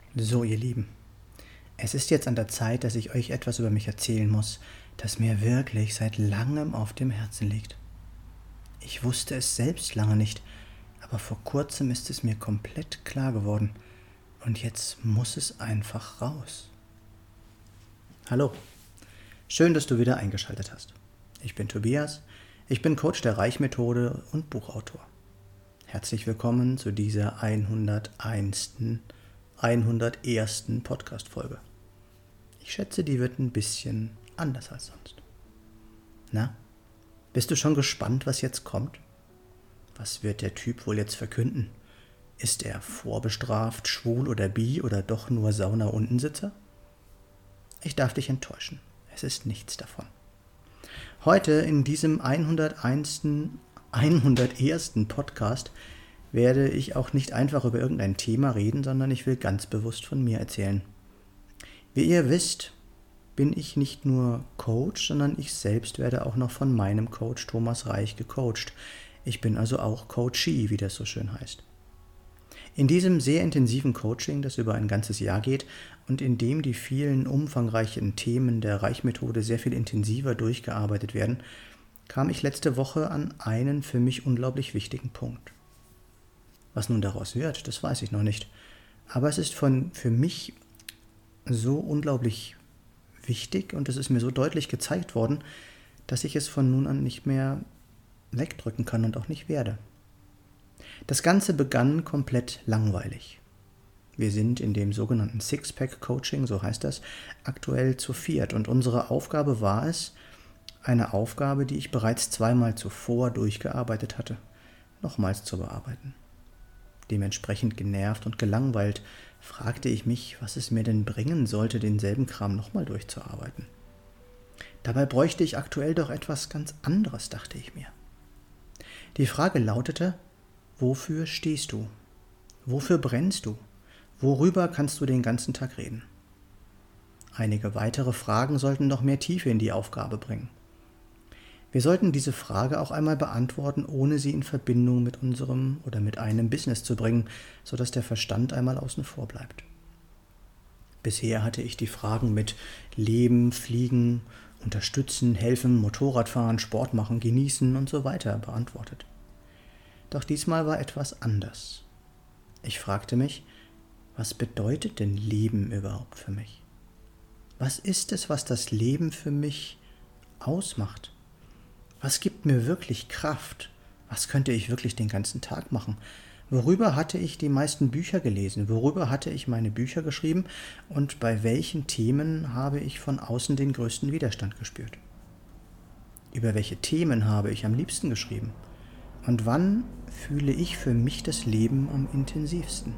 So, ihr Lieben, es ist jetzt an der Zeit, dass ich euch etwas über mich erzählen muss, das mir wirklich seit langem auf dem Herzen liegt. Ich wusste es selbst lange nicht, aber vor kurzem ist es mir komplett klar geworden und jetzt muss es einfach raus. Hallo, schön, dass du wieder eingeschaltet hast. Ich bin Tobias, ich bin Coach der Reichmethode und Buchautor. Herzlich willkommen zu dieser 101. Podcast-Folge. Ich schätze, die wird ein bisschen anders als sonst. Na, bist du schon gespannt, was jetzt kommt? Was wird der Typ wohl jetzt verkünden? Ist er vorbestraft, schwul oder bi oder doch nur Sauna-Undensitzer? Ich darf dich enttäuschen. Es ist nichts davon. Heute in diesem 101. Podcast werde ich auch nicht einfach über irgendein Thema reden, sondern ich will ganz bewusst von mir erzählen. Wie ihr wisst, bin ich nicht nur Coach, sondern ich selbst werde auch noch von meinem Coach Thomas Reich gecoacht. Ich bin also auch Coachee, wie das so schön heißt. In diesem sehr intensiven Coaching, das über ein ganzes Jahr geht und in dem die vielen umfangreichen Themen der Reichmethode sehr viel intensiver durchgearbeitet werden, kam ich letzte Woche an einen für mich unglaublich wichtigen Punkt. Was nun daraus wird, das weiß ich noch nicht. Aber es ist für mich so unglaublich wichtig und es ist mir so deutlich gezeigt worden, dass ich es von nun an nicht mehr wegdrücken kann und auch nicht werde. Das Ganze begann komplett langweilig. Wir sind in dem sogenannten Sixpack-Coaching, so heißt das, aktuell zu viert und unsere Aufgabe war es, eine Aufgabe, die ich bereits zweimal zuvor durchgearbeitet hatte, nochmals zu bearbeiten. Dementsprechend genervt und gelangweilt fragte ich mich, was es mir denn bringen sollte, denselben Kram nochmal durchzuarbeiten. Dabei bräuchte ich aktuell doch etwas ganz anderes, dachte ich mir. Die Frage lautete: Wofür stehst du? Wofür brennst du? Worüber kannst du den ganzen Tag reden? Einige weitere Fragen sollten noch mehr Tiefe in die Aufgabe bringen. Wir sollten diese Frage auch einmal beantworten, ohne sie in Verbindung mit unserem oder mit einem Business zu bringen, sodass der Verstand einmal außen vor bleibt. Bisher hatte ich die Fragen mit Leben, Fliegen, Unterstützen, Helfen, Motorradfahren, Sport machen, Genießen und so weiter beantwortet. Doch diesmal war etwas anders. Ich fragte mich, was bedeutet denn Leben überhaupt für mich? Was ist es, was das Leben für mich ausmacht? Was gibt mir wirklich Kraft? Was könnte ich wirklich den ganzen Tag machen? Worüber hatte ich die meisten Bücher gelesen? Worüber hatte ich meine Bücher geschrieben? Und bei welchen Themen habe ich von außen den größten Widerstand gespürt? Über welche Themen habe ich am liebsten geschrieben? Und wann fühle ich für mich das Leben am intensivsten?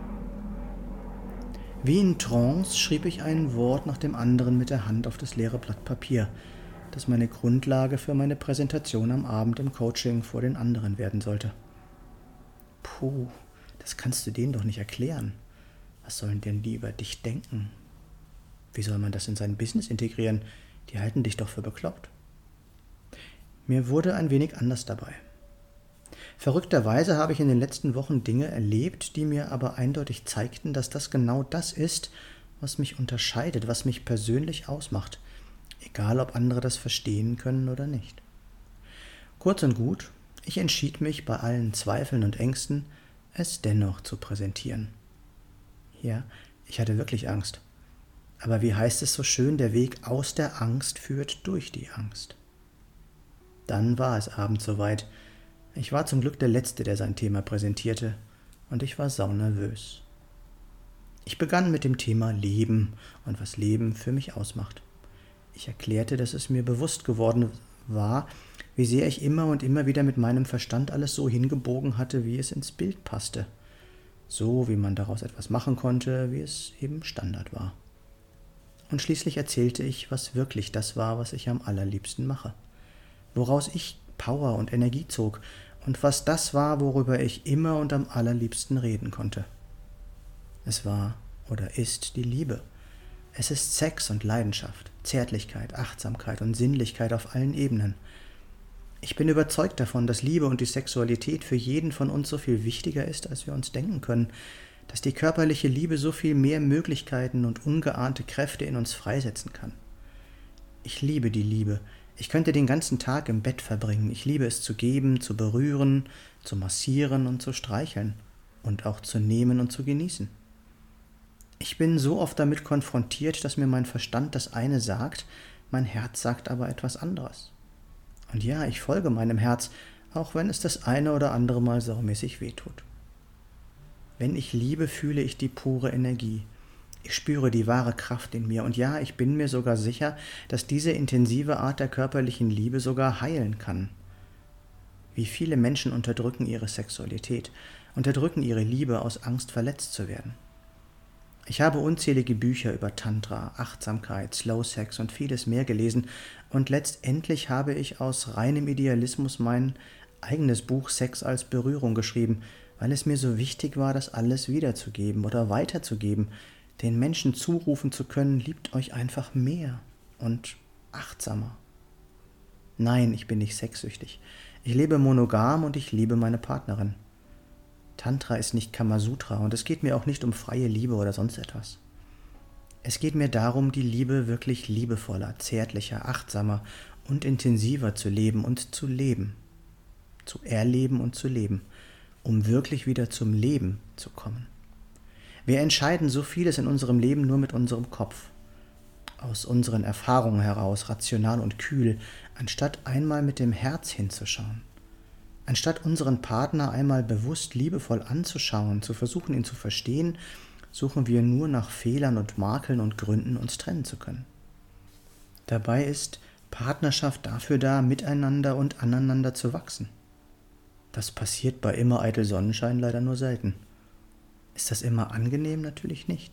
Wie in Trance schrieb ich ein Wort nach dem anderen mit der Hand auf das leere Blatt Papier, das meine Grundlage für meine Präsentation am Abend im Coaching vor den anderen werden sollte. Puh, das kannst du denen doch nicht erklären. Was sollen denn die über dich denken? Wie soll man das in sein Business integrieren? Die halten dich doch für bekloppt. Mir wurde ein wenig anders dabei. Verrückterweise habe ich in den letzten Wochen Dinge erlebt, die mir aber eindeutig zeigten, dass das genau das ist, was mich unterscheidet, was mich persönlich ausmacht. Egal, ob andere das verstehen können oder nicht. Kurz und gut, ich entschied mich bei allen Zweifeln und Ängsten, es dennoch zu präsentieren. Ja, ich hatte wirklich Angst. Aber wie heißt es so schön, der Weg aus der Angst führt durch die Angst. Dann war es abends soweit. Ich war zum Glück der Letzte, der sein Thema präsentierte, und ich war saunervös. Ich begann mit dem Thema Leben und was Leben für mich ausmacht. Ich erklärte, dass es mir bewusst geworden war, wie sehr ich immer und immer wieder mit meinem Verstand alles so hingebogen hatte, wie es ins Bild passte. So, wie man daraus etwas machen konnte, wie es eben Standard war. Und schließlich erzählte ich, was wirklich das war, was ich am allerliebsten mache. Woraus ich Power und Energie zog und was das war, worüber ich immer und am allerliebsten reden konnte. Es war oder ist die Liebe. Es ist Sex und Leidenschaft, Zärtlichkeit, Achtsamkeit und Sinnlichkeit auf allen Ebenen. Ich bin überzeugt davon, dass Liebe und die Sexualität für jeden von uns so viel wichtiger ist, als wir uns denken können, dass die körperliche Liebe so viel mehr Möglichkeiten und ungeahnte Kräfte in uns freisetzen kann. Ich liebe die Liebe. Ich könnte den ganzen Tag im Bett verbringen. Ich liebe es zu geben, zu berühren, zu massieren und zu streicheln und auch zu nehmen und zu genießen. Ich bin so oft damit konfrontiert, dass mir mein Verstand das eine sagt, mein Herz sagt aber etwas anderes. Und ja, ich folge meinem Herz, auch wenn es das eine oder andere Mal saumäßig wehtut. Wenn ich liebe, fühle ich die pure Energie. Ich spüre die wahre Kraft in mir und ja, ich bin mir sogar sicher, dass diese intensive Art der körperlichen Liebe sogar heilen kann. Wie viele Menschen unterdrücken ihre Sexualität, unterdrücken ihre Liebe aus Angst, verletzt zu werden. Ich habe unzählige Bücher über Tantra, Achtsamkeit, Slow Sex und vieles mehr gelesen und letztendlich habe ich aus reinem Idealismus mein eigenes Buch Sex als Berührung geschrieben, weil es mir so wichtig war, das alles wiederzugeben oder weiterzugeben, den Menschen zurufen zu können, liebt euch einfach mehr und achtsamer. Nein, ich bin nicht sexsüchtig. Ich lebe monogam und ich liebe meine Partnerin. Tantra ist nicht Kamasutra und es geht mir auch nicht um freie Liebe oder sonst etwas. Es geht mir darum, die Liebe wirklich liebevoller, zärtlicher, achtsamer und intensiver zu leben und zu leben. Zu erleben und zu leben, um wirklich wieder zum Leben zu kommen. Wir entscheiden so vieles in unserem Leben nur mit unserem Kopf. Aus unseren Erfahrungen heraus, rational und kühl, anstatt einmal mit dem Herz hinzuschauen. Anstatt unseren Partner einmal bewusst liebevoll anzuschauen, zu versuchen, ihn zu verstehen, suchen wir nur nach Fehlern und Makeln und Gründen, uns trennen zu können. Dabei ist Partnerschaft dafür da, miteinander und aneinander zu wachsen. Das passiert bei immer eitel Sonnenschein leider nur selten. Ist das immer angenehm? Natürlich nicht.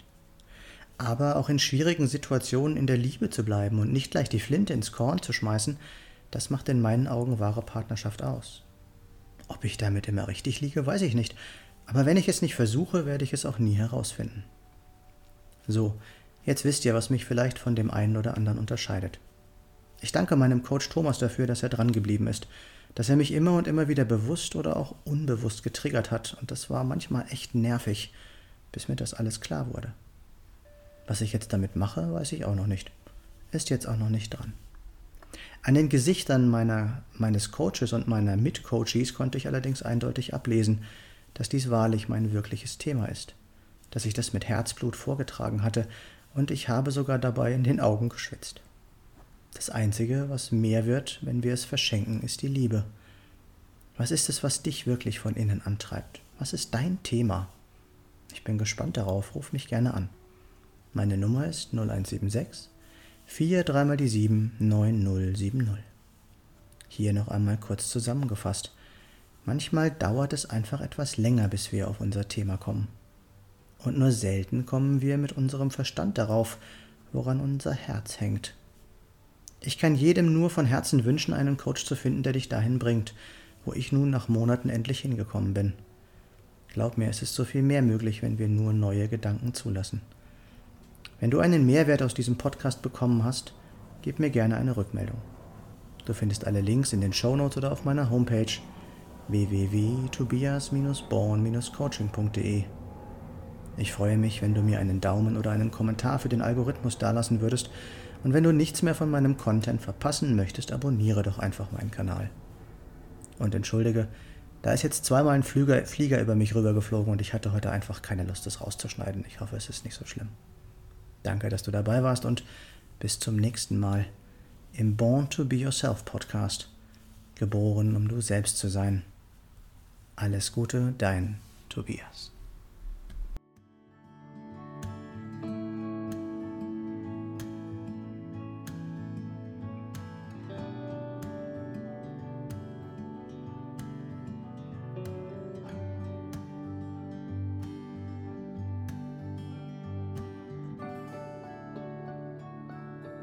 Aber auch in schwierigen Situationen in der Liebe zu bleiben und nicht gleich die Flinte ins Korn zu schmeißen, das macht in meinen Augen wahre Partnerschaft aus. Ob ich damit immer richtig liege, weiß ich nicht. Aber wenn ich es nicht versuche, werde ich es auch nie herausfinden. So, jetzt wisst ihr, was mich vielleicht von dem einen oder anderen unterscheidet. Ich danke meinem Coach Thomas dafür, dass er dran geblieben ist, dass er mich immer und immer wieder bewusst oder auch unbewusst getriggert hat. Und das war manchmal echt nervig, bis mir das alles klar wurde. Was ich jetzt damit mache, weiß ich auch noch nicht. Ist jetzt auch noch nicht dran. An den Gesichtern meines Coaches und meiner Mitcoaches konnte ich allerdings eindeutig ablesen, dass dies wahrlich mein wirkliches Thema ist, dass ich das mit Herzblut vorgetragen hatte und ich habe sogar dabei in den Augen geschwitzt. Das Einzige, was mehr wird, wenn wir es verschenken, ist die Liebe. Was ist es, was dich wirklich von innen antreibt? Was ist dein Thema? Ich bin gespannt darauf, ruf mich gerne an. Meine Nummer ist 0176 43 mal die 7 9070. Hier noch einmal kurz zusammengefasst. Manchmal dauert es einfach etwas länger, bis wir auf unser Thema kommen. Und nur selten kommen wir mit unserem Verstand darauf, woran unser Herz hängt. Ich kann jedem nur von Herzen wünschen, einen Coach zu finden, der dich dahin bringt, wo ich nun nach Monaten endlich hingekommen bin. Glaub mir, es ist so viel mehr möglich, wenn wir nur neue Gedanken zulassen. Wenn du einen Mehrwert aus diesem Podcast bekommen hast, gib mir gerne eine Rückmeldung. Du findest alle Links in den Shownotes oder auf meiner Homepage www.tobias-born-coaching.de. Ich freue mich, wenn du mir einen Daumen oder einen Kommentar für den Algorithmus dalassen würdest und wenn du nichts mehr von meinem Content verpassen möchtest, abonniere doch einfach meinen Kanal. Und entschuldige, da ist jetzt zweimal ein Flieger über mich rübergeflogen und ich hatte heute einfach keine Lust, das rauszuschneiden. Ich hoffe, es ist nicht so schlimm. Danke, dass du dabei warst und bis zum nächsten Mal im Born to Be Yourself Podcast. Geboren, um du selbst zu sein. Alles Gute, dein Tobias.